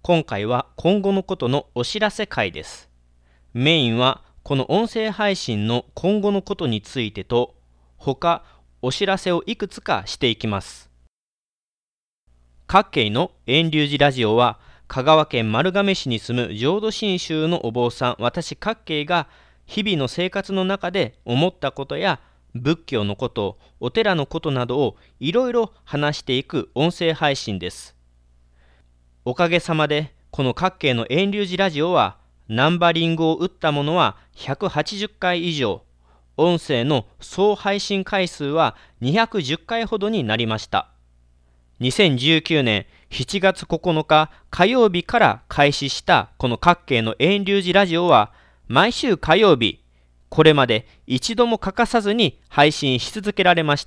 今回は今後のことのお知らせ会です。メインはこの音声配信の今後のことについてと、他お知らせをいくつかしていきます。各系の遠流寺ラジオは、香川県丸亀市に住む浄土真宗のお坊さん、私各系が日々の生活の中で思ったことや仏教のこと、お寺のことなどをいろいろ話していく音声配信です。おかげさまでこの各系の遠流寺ラジオはナンバリングを打ったものは180回以上、音声の総配信回数は210回ほどになりました。2019年7月9日火曜日から開始したこの各系の遠流寺ラジオは毎週火曜日、これまで一度も欠かさずに配信し続けられました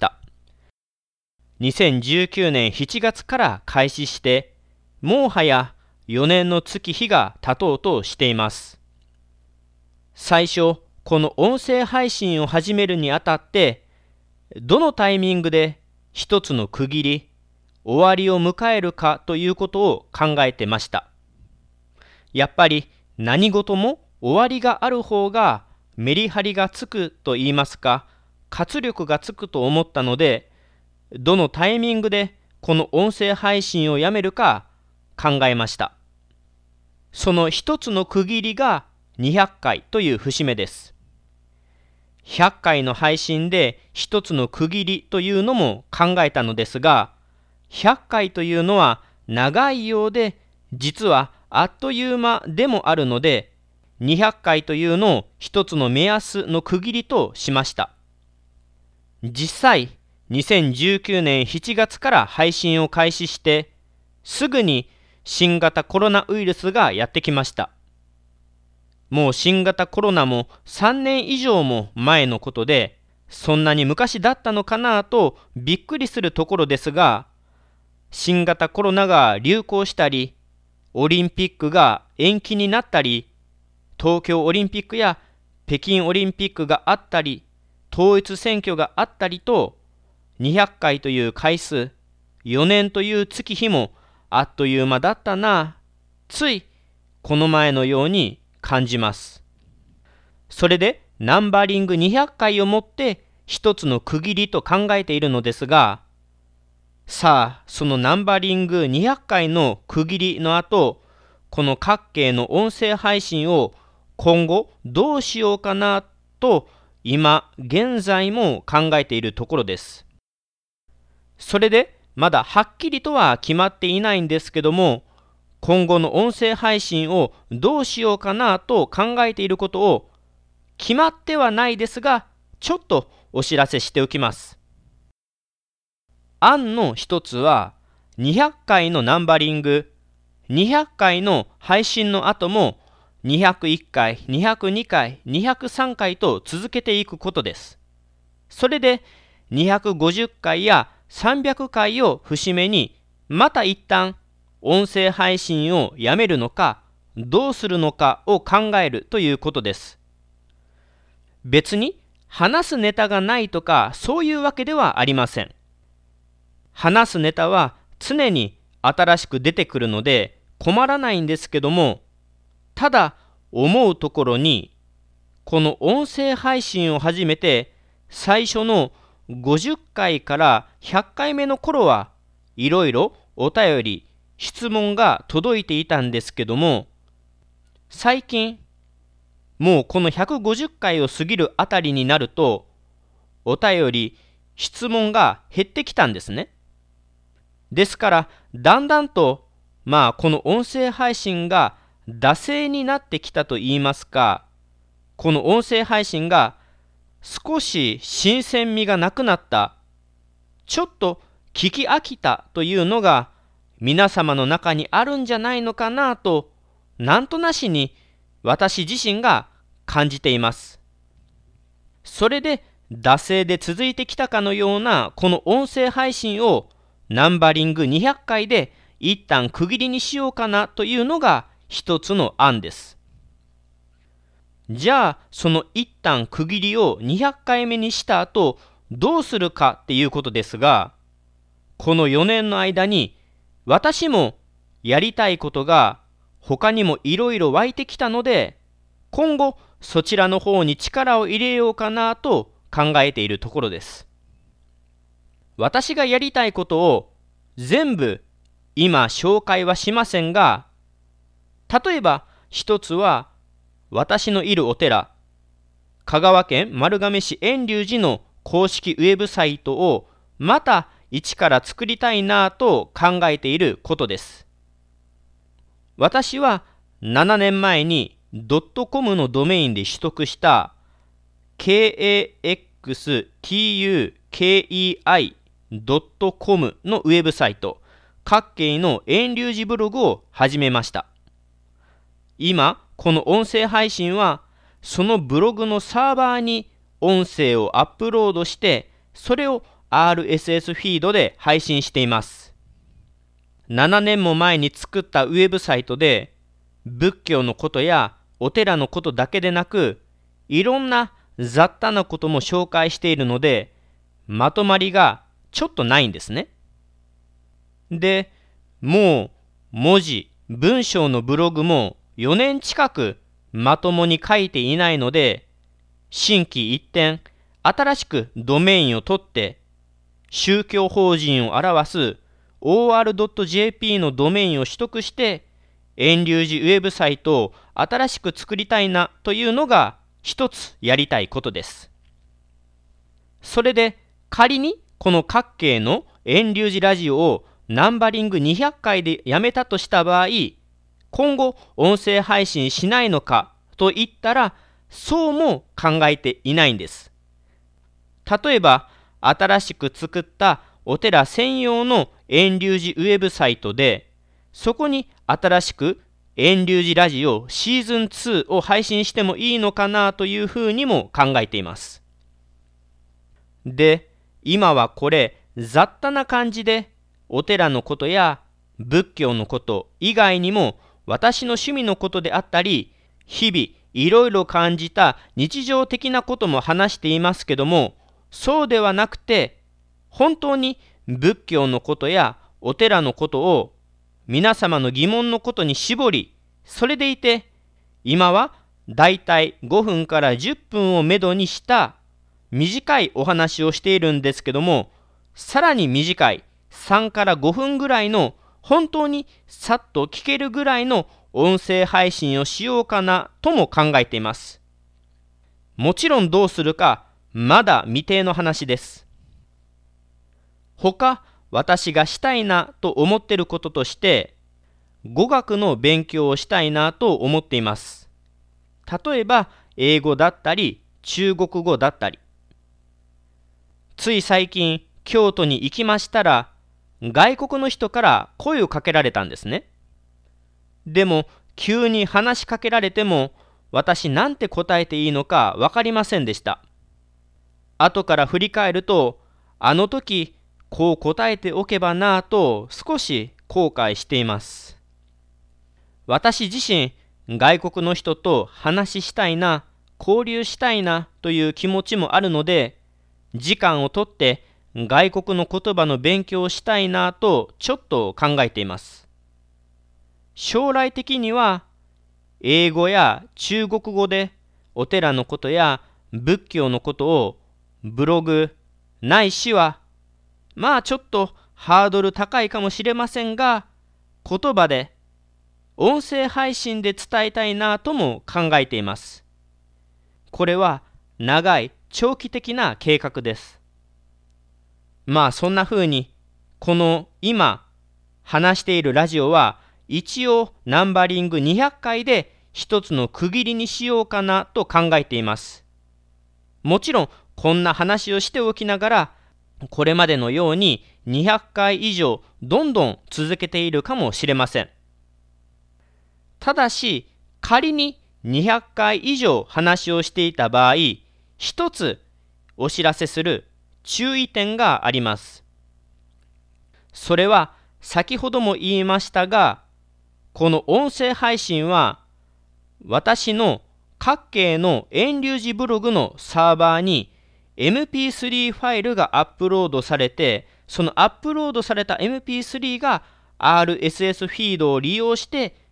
。2019年7月から開始して、もはや4年の月日が経とうとしています。最初、この音声配信を始めるにあたって、どのタイミングで一つの区切り、終わりを迎えるかということを考えてました。やっぱり何事も終わりがある方がメリハリがつくと言いますか、活力がつくと思ったので、どのタイミングでこの音声配信をやめるか考えました。その一つの区切りが200回という節目です。100回の配信で一つの区切りというのも考えたのですが、100回というのは長いようで、実はあっという間でもあるので、200回というのを一つの目安の区切りとしました。実際、2019年7月から配信を開始して、すぐに新型コロナウイルスがやってきました。もう新型コロナも3年以上も前のことで、そんなに昔だったのかなとびっくりするところですが、新型コロナが流行したり、オリンピックが延期になったり、東京オリンピックや北京オリンピックがあったり、統一選挙があったりと、200回という回数、4年という月日もあっという間だったな、ついこの前のように感じます。それでナンバリング200回をもって一つの区切りと考えているのですが、さあそのナンバリング200回の区切りの後、この各系の音声配信を今後どうしようかなと今現在も考えているところです。それでまだはっきりとは決まっていないんですけども、今後の音声配信をどうしようかなと考えていることを決まってはないですが、ちょっとお知らせしておきます。案の一つは200回のナンバリング、200回の配信の後も201回、202回、203回と続けていくことです。それで250回や300回を節目に、また一旦音声配信をやめるのかどうするのかを考えるということです。別に話すネタがないとかそういうわけではありません。話すネタは常に新しく出てくるので困らないんですけども、ただ思うところに、この音声配信を始めて最初の50回から100回目の頃はいろいろお便り、質問が届いていたんですけども、最近もうこの150回を過ぎるあたりになると、お便り、質問が減ってきたんですね。ですからだんだんとこの音声配信が惰性になってきたといいますか、この音声配信が少し新鮮味がなくなった、ちょっと聞き飽きたというのが皆様の中にあるんじゃないのかなと、なんとなしに私自身が感じています。それで惰性で続いてきたかのようなこの音声配信をナンバリング200回で一旦区切りにしようかなというのが一つの案です。じゃあその一旦区切りを200回目にした後どうするかっていうことですが、この4年の間に私もやりたいことが他にもいろいろ湧いてきたので、今後そちらの方に力を入れようかなと考えているところです。私がやりたいことを全部今紹介はしませんが、例えば一つは私のいるお寺、香川県丸亀市遠隆寺の公式ウェブサイトをまた一から作りたいなと考えていることです。私は7年前に.com のドメインで取得した kaxtukei.com のウェブサイト、各系の遠隆寺ブログを始めました。今、この音声配信はそのブログのサーバーに音声をアップロードして、それを RSS フィードで配信しています。7年も前に作ったウェブサイトで、仏教のことやお寺のことだけでなく、いろんな雑多なことも紹介しているので、まとまりがちょっとないんですね。で、もう文字、文章のブログも4年近くまともに書いていないので、心機一転、新しくドメインを取って、宗教法人を表す or.jp のドメインを取得して、遠隆寺ウェブサイトを新しく作りたいなというのが一つやりたいことです。それで仮にこの各系の遠隆寺ラジオをナンバリング200回でやめたとした場合、今後音声配信しないのかと言ったら、そうも考えていないんです。例えば新しく作ったお寺専用の遠隆寺ウェブサイトで、そこに新しく遠隆寺ラジオシーズン2を配信してもいいのかなというふうにも考えています。で、今はこれ雑多な感じで、お寺のことや仏教のこと以外にも私の趣味のことであったり、日々いろいろ感じた日常的なことも話していますけども、そうではなくて、本当に仏教のことやお寺のことを皆様の疑問のことに絞り、それでいて、今はだいたい5分から10分をめどにした短いお話をしているんですけども、さらに短い3から5分ぐらいの本当にさっと聞けるぐらいの音声配信をしようかなとも考えています。もちろんどうするかまだ未定の話です。他私がしたいなと思っていることとして、語学の勉強をしたいなと思っています。例えば英語だったり中国語だったり。つい最近京都に行きましたら、外国の人から声をかけられたんですね。でも急に話しかけられても、私なんて答えていいのか分かりませんでした。後から振り返ると、あの時こう答えておけばなぁと少し後悔しています。私自身、外国の人と話したいな、交流したいなという気持ちもあるので、時間をとって外国の言葉の勉強をしたいなとちょっと考えています。将来的には英語や中国語でお寺のことや仏教のことをブログないしは、まあちょっとハードル高いかもしれませんが、言葉で音声配信で伝えたいなとも考えています。これは長い長期的な計画です。まあそんな風に、この今話しているラジオは一応ナンバリング200回で一つの区切りにしようかなと考えています。もちろんこんな話をしておきながら、これまでのように200回以上どんどん続けているかもしれません。ただし仮に200回以上話をしていた場合、一つお知らせする注意点があります。それは先ほども言いましたが、この音声配信は私の各系の遠隆寺ブログのサーバーに MP3 ファイルがアップロードされて、そのアップロードされた MP3 が RSS フィードを利用して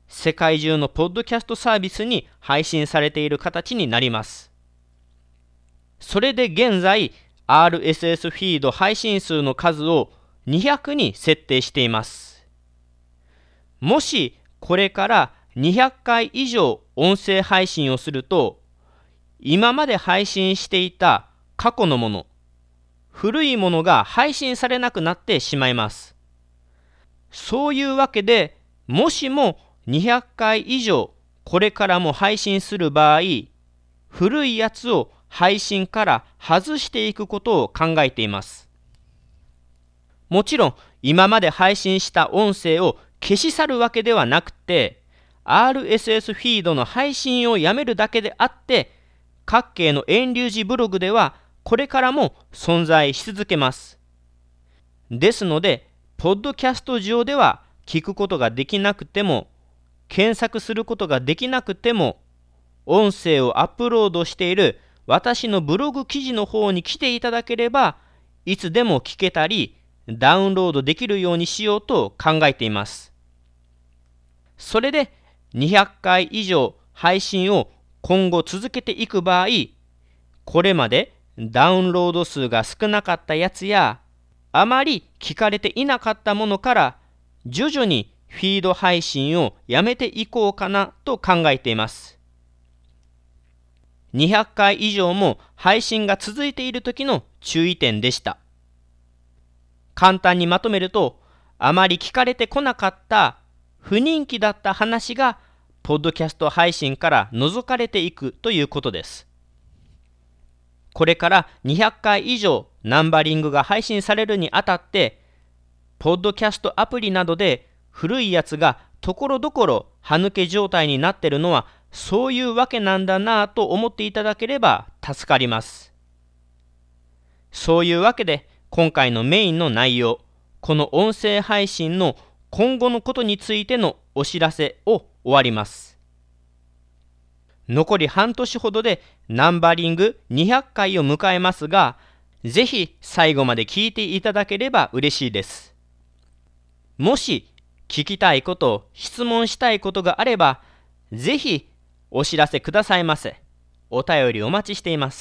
世界中のポッドキャストサービスに配信されている形になります。それで現在、RSS フィード配信数の数を200に設定しています。もしこれから200回以上音声配信をすると、今まで配信していた過去のもの、古いものが配信されなくなってしまいます。そういうわけで、もしも200回以上これからも配信する場合、古いやつを配信から外していくことを考えています。もちろん今まで配信した音声を消し去るわけではなくて、RSS フィードの配信をやめるだけであって、各系の遠流寺ブログではこれからも存在し続けます。ですので、ポッドキャスト上では聞くことができなくても、検索することができなくても、音声をアップロードしている私のブログ記事の方に来ていただければ、いつでも聞けたり、ダウンロードできるようにしようと考えています。それで200回以上配信を今後続けていく場合、これまでダウンロード数が少なかったやつや、あまり聞かれていなかったものから徐々にフィード配信をやめていこうかなと考えています。200回以上も配信が続いている時の注意点でした。簡単にまとめると、あまり聞かれてこなかった不人気だった話がポッドキャスト配信から除かれていくということです。これから200回以上ナンバリングが配信されるにあたって、ポッドキャストアプリなどで古いやつがところどころ歯抜け状態になっているのはそういうわけなんだなぁと思っていただければ助かります。そういうわけで今回のメインの内容、この音声配信の今後のことについてのお知らせを終わります。残り半年ほどでナンバリング200回を迎えますが、ぜひ最後まで聞いていただければ嬉しいです。もし聞きたいこと、質問したいことがあれば、ぜひお知らせくださいませ。お便りお待ちしています。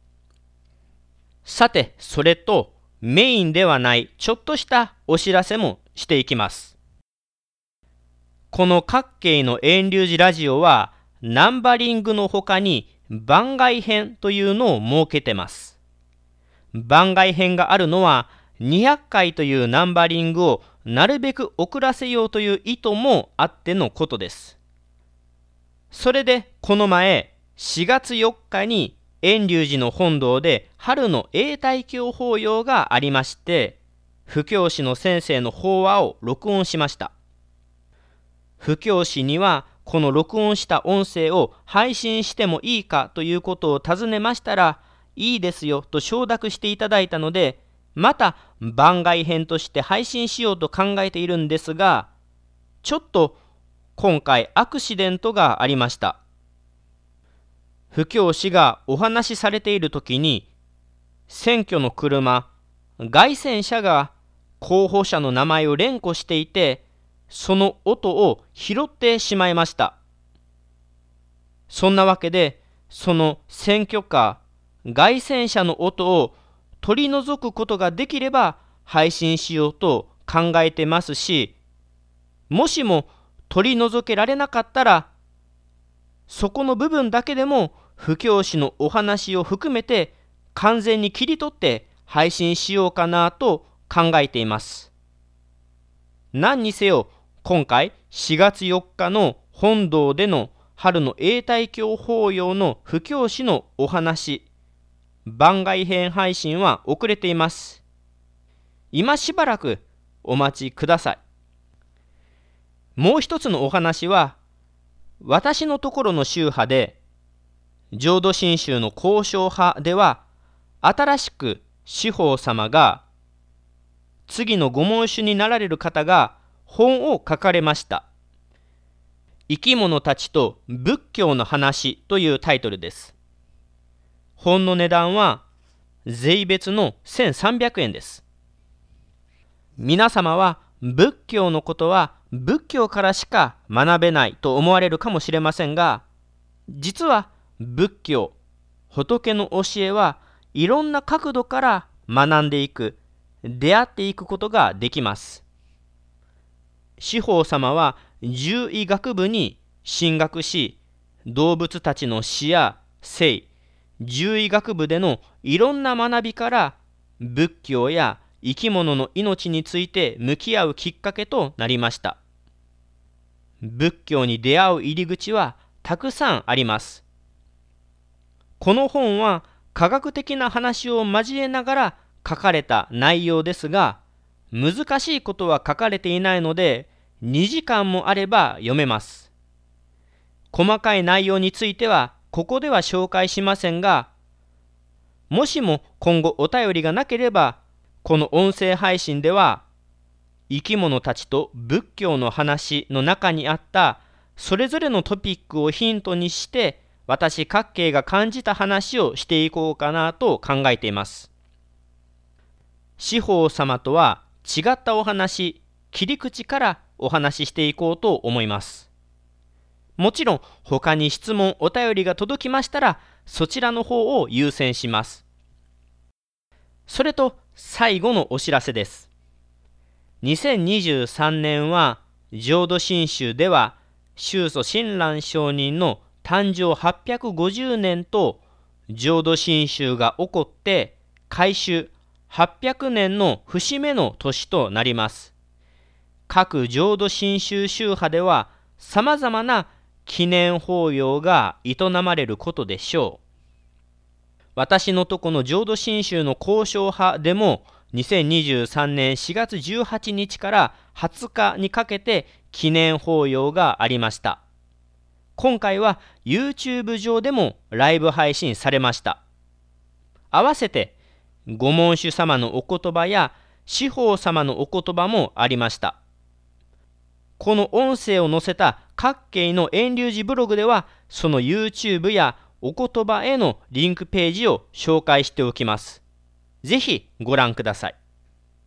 さて、それとメインではないちょっとしたお知らせもしていきます。この各系の遠流寺ラジオはナンバリングの他に番外編というのを設けてます。番外編があるのは200回というナンバリングをなるべく遅らせようという意図もあってのことです。それでこの前4月4日に遠隆寺の本堂で春の永代経法要がありまして、布教師の先生の法話を録音しました。布教師にはこの録音した音声を配信してもいいかということを尋ねましたら、いいですよと承諾していただいたので、また番外編として配信しようと考えているんですが、ちょっと今回アクシデントがありました。布教師がお話しされている時に、選挙の車、街宣車が候補者の名前を連呼していて、その音を拾ってしまいました。そんなわけで、その選挙カー、街宣車の音を取り除くことができれば配信しようと考えてますし、もしも取り除けられなかったら、そこの部分だけでも布教師のお話を含めて完全に切り取って配信しようかなと考えています。何にせよ、今回4月4日の本堂での春の永代経法要の布教師のお話、番外編配信は遅れています。今しばらくお待ちください。もう一つのお話は、私のところの宗派で、浄土真宗の高尚派では、新しく司法様が、次のご門主になられる方が本を書かれました。生き物たちと仏教の話というタイトルです。本の値段は税別の1300円です。皆様は仏教のことは仏教からしか学べないと思われるかもしれませんが、実は仏教、仏の教えはいろんな角度から学んでいく、出会っていくことができます。司法様は獣医学部に進学し、動物たちの死や生、獣医学部でのいろんな学びから仏教や生き物の命について向き合うきっかけとなりました。仏教に出会う入り口はたくさんあります。この本は科学的な話を交えながら書かれた内容ですが、難しいことは書かれていないので、2時間もあれば読めます。細かい内容についてはここでは紹介しませんが、もしも今後お便りがなければ、この音声配信では生き物たちと仏教の話の中にあったそれぞれのトピックをヒントにして、私各系が感じた話をしていこうかなと考えています。司法様とは違ったお話、切り口からお話ししていこうと思います。もちろん他に質問お便りが届きましたら、そちらの方を優先します。それと最後のお知らせです。2023年は浄土真宗では宗祖親鸞上人の誕生850年と浄土真宗が起こって開宗800年の節目の年となります。各浄土真宗宗派ではさまざまな記念法要が営まれることでしょう。私のとこの浄土真宗の高尚派でも2023年4月18日から20日にかけて記念法要がありました。今回は YouTube 上でもライブ配信されました。合わせて御門主様のお言葉や司法様のお言葉もありました。この音声を載せた各系の遠隆寺ブログでは、その YouTube やお言葉へのリンクページを紹介しておきます。ぜひご覧ください。